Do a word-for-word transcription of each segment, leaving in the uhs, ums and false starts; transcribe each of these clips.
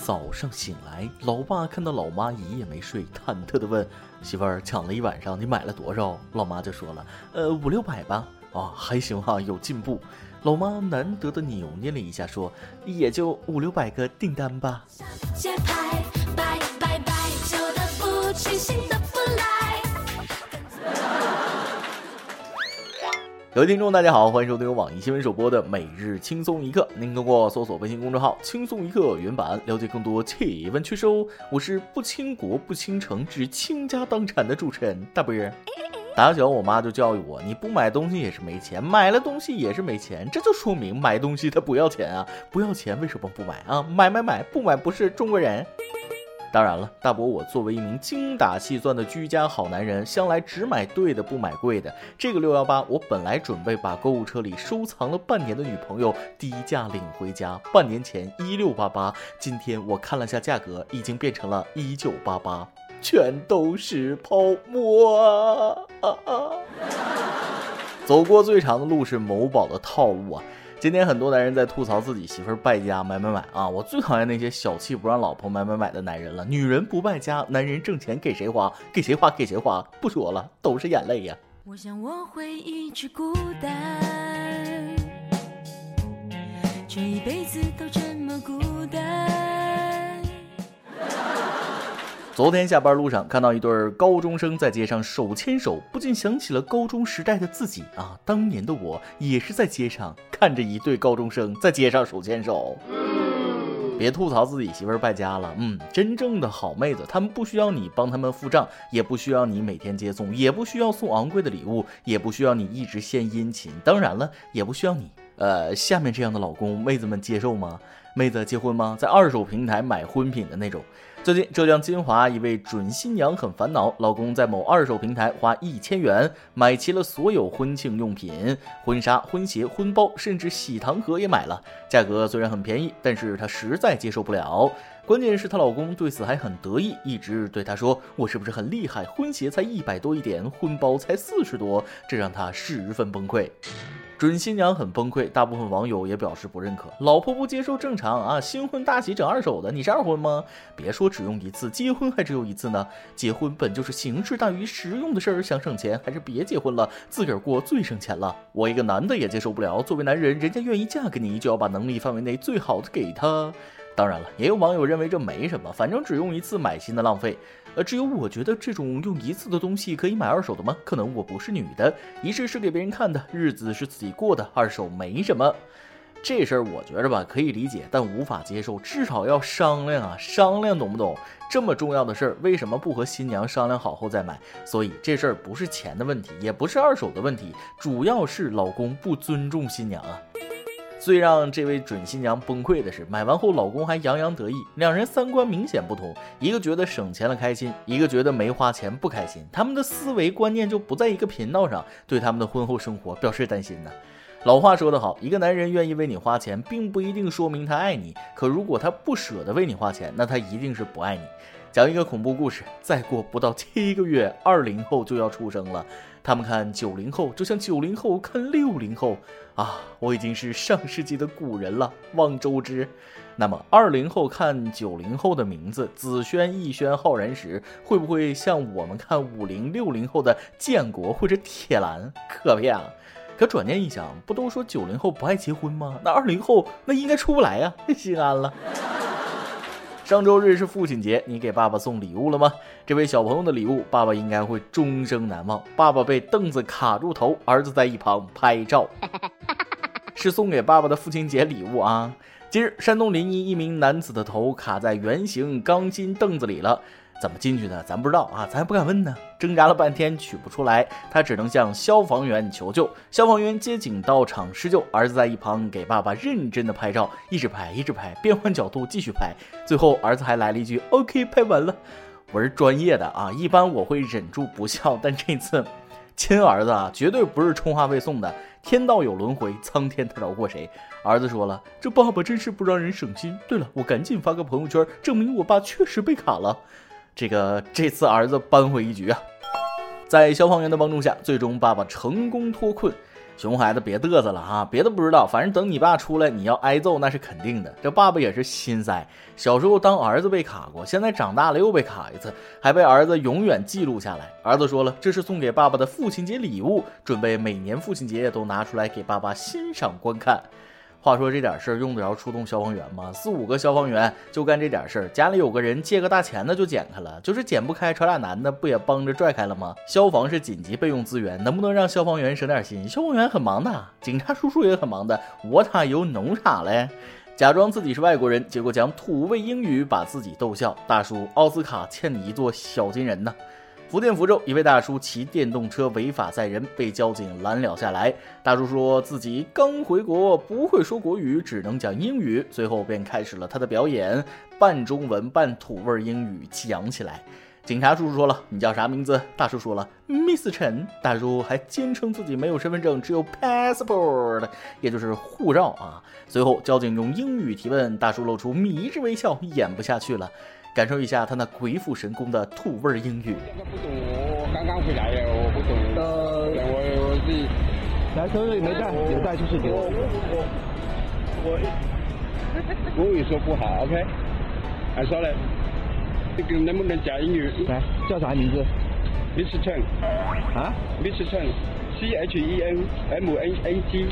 早上醒来，老爸看到老妈一夜没睡，忐忑地问媳妇儿：“抢了一晚上，你买了多少？”老妈就说了：“呃，五六百吧。”啊，还行哈、啊，有进步。老妈难得的扭捏了一下，说：“也就五六百个订单吧。”节拍拜拜拜，旧的不去，新的不来。各位听众大家好，欢迎收听由网易新闻首播的每日轻松一刻，您通过搜索微信公众号轻松一刻原版了解更多气温趋势哦。我是不倾国不倾城只倾家荡产的主持人大波儿。打小我妈就教育我，你不买东西也是没钱，买了东西也是没钱，这就说明买东西它不要钱啊，不要钱为什么不买啊？买买买，不买不是中国人。当然了，大伯我作为一名精打细算的居家好男人，向来只买对的不买贵的。这个六一八，我本来准备把购物车里收藏了半年的女朋友低价领回家，半年前一六八八，今天我看了下价格，已经变成了一九八八，全都是泡沫啊！啊啊走过最长的路是某宝的套路啊！今天很多男人在吐槽自己媳妇儿败家买买买啊！我最讨厌那些小气不让老婆买买买的男人了。女人不败家，男人挣钱给谁花？给谁花？给谁花？不说了，都是眼泪呀！我想我会一直孤单，这一辈子都这么孤单。昨天下班路上看到一对高中生在街上手牵手，不禁想起了高中时代的自己啊！当年的我也是在街上看着一对高中生在街上手牵手。别吐槽自己媳妇儿败家了，嗯，真正的好妹子，她们不需要你帮她们付账，也不需要你每天接送，也不需要送昂贵的礼物，也不需要你一直献殷勤，当然了，也不需要你。呃，下面这样的老公，妹子们接受吗？妹子结婚吗？在二手平台买婚品的那种。最近浙江金华一位准新娘很烦恼，老公在某二手平台花一千元买齐了所有婚庆用品，婚纱、婚鞋、婚包，甚至喜糖盒也买了。价格虽然很便宜，但是她实在接受不了。关键是她老公对此还很得意，一直对她说：“我是不是很厉害？婚鞋才一百多一点，婚包才四十多。”这让她十分崩溃。准新娘很崩溃，大部分网友也表示不认可。老婆不接受正常啊，新婚大喜整二手的，你是二婚吗？别说只用一次，结婚还只有一次呢。结婚本就是形式大于实用的事儿，想省钱还是别结婚了，自个儿过最省钱了。我一个男的也接受不了，作为男人，人家愿意嫁给你，就要把能力范围内最好的给他。当然了，也有网友认为这没什么，反正只用一次买新的浪费。呃，只有我觉得这种用一次的东西可以买二手的吗？可能我不是女的，仪式是给别人看的，日子是自己过的，二手没什么。这事儿我觉着吧可以理解，但无法接受，至少要商量啊，商量懂不懂？这么重要的事儿，为什么不和新娘商量好后再买？所以这事儿不是钱的问题，也不是二手的问题，主要是老公不尊重新娘啊。最让这位准新娘崩溃的是，买完后老公还洋洋得意，两人三观明显不同，一个觉得省钱了开心，一个觉得没花钱不开心，他们的思维观念就不在一个频道上，对他们的婚后生活表示担心呢。老话说得好，一个男人愿意为你花钱，并不一定说明他爱你，可如果他不舍得为你花钱，那他一定是不爱你。讲一个恐怖故事，再过不到七个月，二零后就要出生了。他们看九零后，就像九零后看六零后啊！我已经是上世纪的古人了，望周知。那么二零后看九零后的名字子轩、逸轩、浩然时，会不会像我们看五零、六零后的建国或者铁蓝？可别啊！可转念一想，不都说九零后不爱结婚吗？那二零后那应该出不来呀、啊，心安了。上周日是父亲节，你给爸爸送礼物了吗？这位小朋友的礼物，爸爸应该会终生难忘。爸爸被凳子卡住头，儿子在一旁拍照，是送给爸爸的父亲节礼物啊。今日，山东临沂一名男子的头卡在圆形钢筋凳子里了。怎么进去的咱不知道啊，咱还不敢问呢。挣扎了半天取不出来，他只能向消防员求救。消防员接警到场施救，儿子在一旁给爸爸认真的拍照，一直拍一直拍，变换角度继续拍。最后儿子还来了一句 OK 拍完了。我是专业的啊，一般我会忍住不笑，但这次亲儿子啊，绝对不是充话费送的。天道有轮回，苍天他饶过谁？儿子说了，这爸爸真是不让人省心。对了，我赶紧发个朋友圈，证明我爸确实被卡了。这个这次儿子扳回一局啊！在消防员的帮助下，最终爸爸成功脱困。 熊孩子别嘚瑟了啊，别的不知道，反正等你爸出来，你要挨揍那是肯定的。这爸爸也是心塞，小时候当儿子被卡过，现在长大了又被卡一次，还被儿子永远记录下来。儿子说了，这是送给爸爸的父亲节礼物，准备每年父亲节都拿出来给爸爸欣赏观看。话说这点事儿用得着出动消防员吗？四五个消防员就干这点事儿，家里有个人借个大钳子就剪开了，就是剪不开，找俩男的不也帮着拽开了吗？消防是紧急备用资源，能不能让消防员省点心？消防员很忙的，警察叔叔也很忙的，我他有弄啥嘞？假装自己是外国人，结果讲土味英语把自己逗笑。大叔，奥斯卡欠你一座小金人呢。福建福州一位大叔骑电动车违法载人，被交警拦了下来。大叔说自己刚回国，不会说国语，只能讲英语，随后便开始了他的表演，半中文半土味英语讲起来。警察叔叔说了，你叫啥名字？大叔说了 Miss 陈。大叔还坚称自己没有身份证，只有 passport， 也就是护照啊。随后交警用英语提问，大叔露出迷之微笑，演不下去了。感受一下他那鬼斧神工的土味英语。 这个不懂，我刚刚回来的，我不懂。呃，我我自己来车里没带，有带就是给我。我我国语说不好 ，OK？ I sorry。这个能不能讲英语？来，叫啥名字 ？Mister Chen。啊 ？Mister Chen，C H E N M N A T。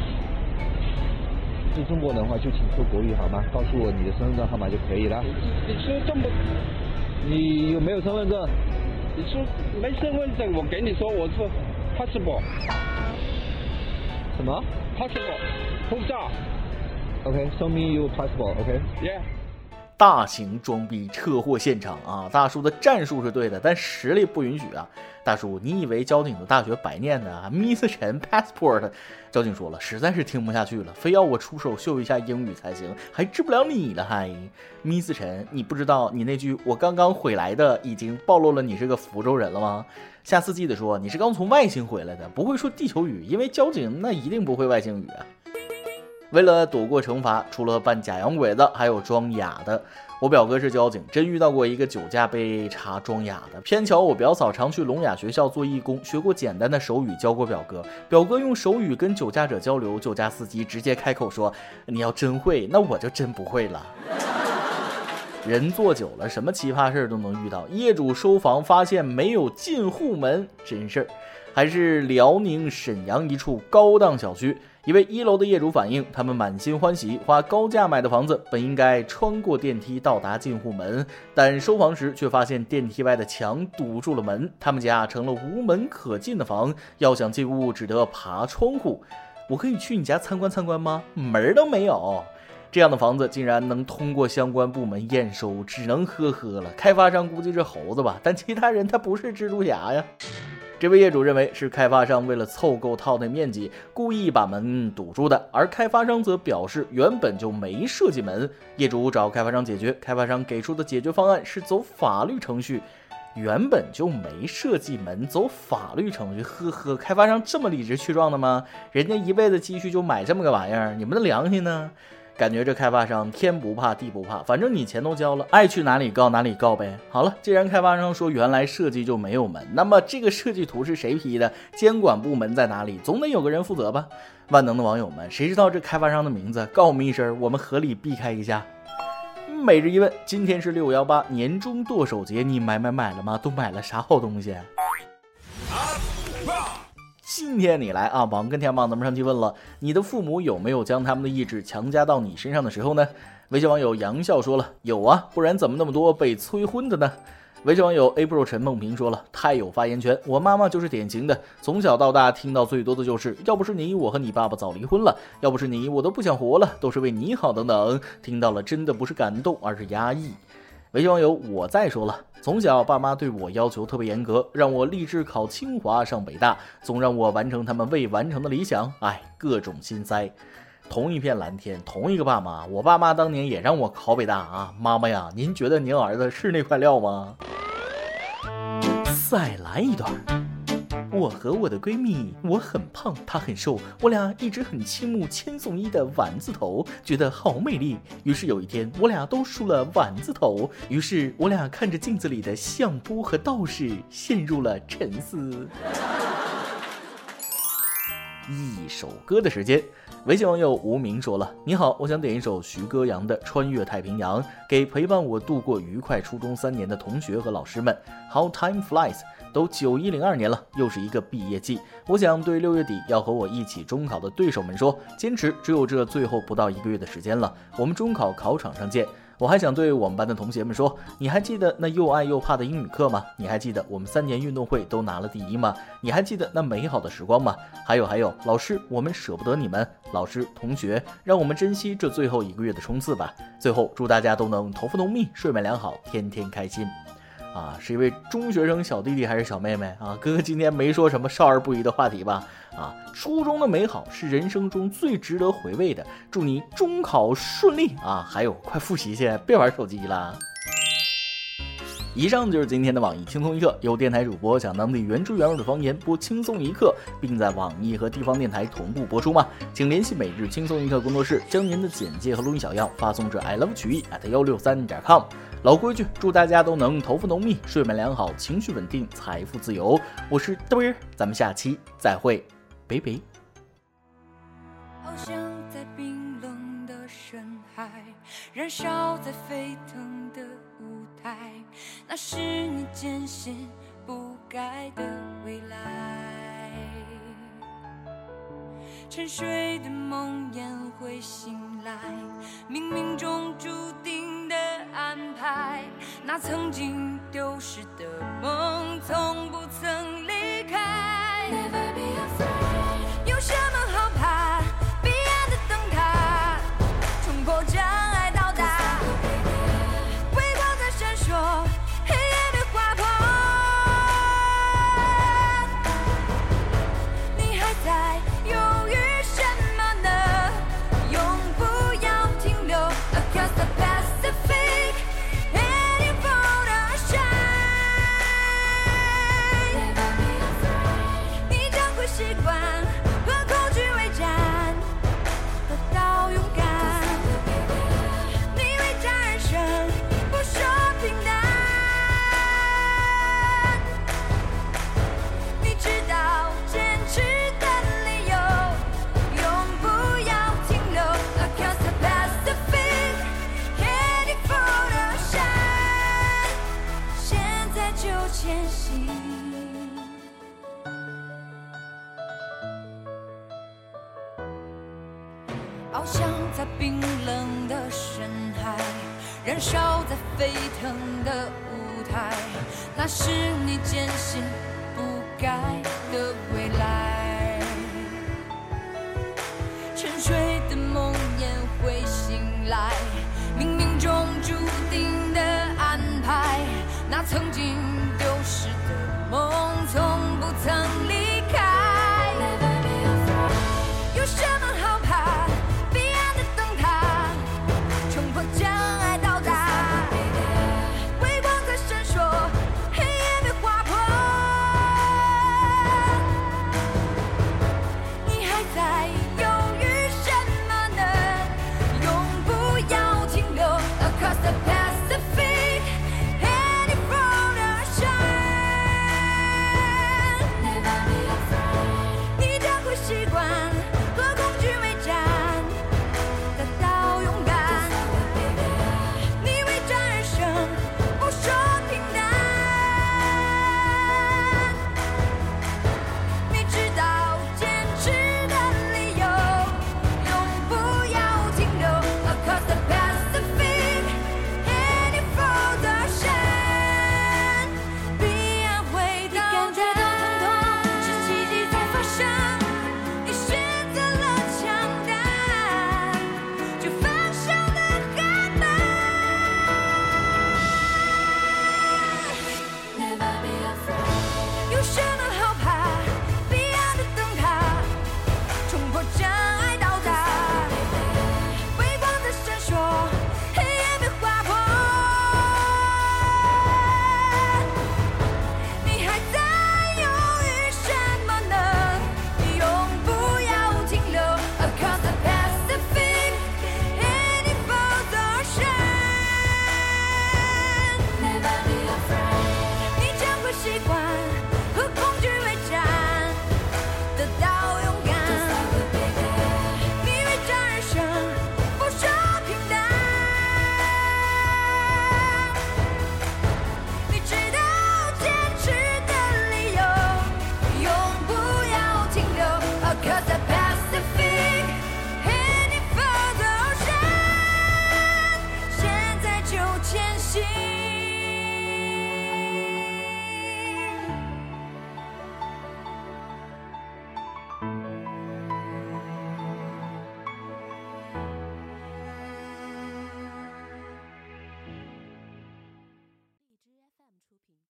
是中国人的话就请说国语好吗？告诉我你的身份证号码就可以了。你说这么，你有没有身份证？你说没身份证，我给你说我是 passport。什么 ？passport， 护照。OK，show me your passport。OK。Yeah。 大型装逼车祸现场啊！大叔的战术是对的，但实力不允许啊！大叔，你以为交警的大学白念的啊 ？Miss 陈 passport， 交警说了，实在是听不下去了，非要我出手秀一下英语才行，还治不了你了还 ？Miss 陈，你不知道你那句我刚刚回来的已经暴露了你是个福州人了吗？下次记得说你是刚从外星回来的，不会说地球语，因为交警那一定不会外星语啊。为了躲过惩罚，除了扮假洋鬼子，还有装哑的。我表哥是交警，真遇到过一个酒驾被查装哑的。偏巧我表嫂常去聋哑学校做义工，学过简单的手语，教过表哥。表哥用手语跟酒驾者交流，酒驾司机直接开口说：“你要真会，那我就真不会了。”人做久了，什么奇葩事都能遇到。业主收房发现没有进户门，真事儿。还是辽宁沈阳一处高档小区，一位一楼的业主反映，他们满心欢喜花高价买的房子，本应该穿过电梯到达进户门，但收房时却发现电梯外的墙堵住了门，他们家成了无门可进的房，要想进屋只得爬窗户。我可以去你家参观参观吗？门都没有。这样的房子竟然能通过相关部门验收，只能呵呵了。开发商估计是猴子吧，但其他人他不是蜘蛛侠呀。这位业主认为是开发商为了凑够套内面积，故意把门堵住的，而开发商则表示原本就没设计门。业主找开发商解决，开发商给出的解决方案是走法律程序。原本就没设计门，走法律程序，呵呵，开发商这么理直气壮的吗？人家一辈子积蓄就买这么个玩意儿，你们的良心呢？感觉这开发商天不怕地不怕，反正你钱都交了，爱去哪里告哪里告呗。好了，既然开发商说原来设计就没有门，那么这个设计图是谁批的？监管部门在哪里？总得有个人负责吧。万能的网友们，谁知道这开发商的名字？告我们一声，我们合理避开一下。每日一问，今天是六一八年终剁手节，你买买买了吗？都买了啥好东西？今天你来啊，网跟天网咱们上期问了，你的父母有没有将他们的意志强加到你身上的时候呢？微信网友杨笑说了，有啊，不然怎么那么多被催婚的呢？微信网友 April 陈梦平说了，太有发言权，我妈妈就是典型的，从小到大听到最多的就是要不是你，我和你爸爸早离婚了，要不是你，我都不想活了，都是为你好等等，听到了真的不是感动，而是压抑。微信网友我再说了，从小爸妈对我要求特别严格，让我立志考清华上北大，总让我完成他们未完成的理想，哎，各种心塞。同一片蓝天，同一个爸妈，我爸妈当年也让我考北大啊，妈妈呀，您觉得您儿子是那块料吗？再来一段。我和我的闺蜜，我很胖，她很瘦，我俩一直很倾慕千颂伊的丸子头，觉得好美丽。于是有一天，我俩都梳了丸子头，于是我俩看着镜子里的相扑和道士，陷入了沉思。 一首歌的时间。微信网友无名说了，你好，我想点一首徐歌阳的《穿越太平洋》，给陪伴我度过愉快初中三年的同学和老师们。 How time flies， 都九一零二年了，又是一个毕业季，我想对六月底要和我一起中考的对手们说，坚持，只有这最后不到一个月的时间了，我们中考考场上见。我还想对我们班的同学们说，你还记得那又爱又怕的英语课吗？你还记得我们三年运动会都拿了第一吗？你还记得那美好的时光吗？还有还有，老师，我们舍不得你们，老师同学，让我们珍惜这最后一个月的冲刺吧。最后祝大家都能头发浓密，睡眠良好，天天开心。啊，是一位中学生小弟弟还是小妹妹啊？哥哥今天没说什么少儿不宜的话题吧？啊，初中的美好是人生中最值得回味的。祝你中考顺利啊！还有，快复习去，别玩手机啦。以上就是今天的网易轻松一刻，由电台主播讲当地原汁原味的方言播轻松一刻，并在网易和地方电台同步播出吗？请联系每日轻松一刻工作室，将您的简介和录音小样发送至 i love 曲艺 at 一六三点 com。老规矩，祝大家都能头发浓密，睡眠良好，情绪稳定，财富自由。我是嘚儿，咱们下期再会，拜拜。 翱翔在冰冷的深海，燃烧在沸腾的舞台，那是你坚信不改的未来。沉睡的梦魇会醒来，冥冥中注定的安排，那曾经丢失的梦从不曾离开。 Never be afraid， 有什么好怕？彼岸的灯塔，冲破障碍到达，微光在闪烁，黑夜被划破。你还在犹豫什么呢？永不要停留 Across the Pacific， heading for the shine。 Never be afraid， 你将会习惯和恐惧为战，得到勇敢。你为战而生，不说平淡。你知道坚持的理由，永不要停留 Across the Pacific， heading for the shine， 现在就前行。翱翔在冰冷的深海，燃烧在沸腾的舞台，那是你坚信不改的未来。沉睡的梦魇会醒来，冥冥中注定的安排，那曾经丢失的梦从不曾离开。有什么好怕？彼岸的灯塔，冲破障碍到达，微光在闪烁，黑夜被划破。 前行。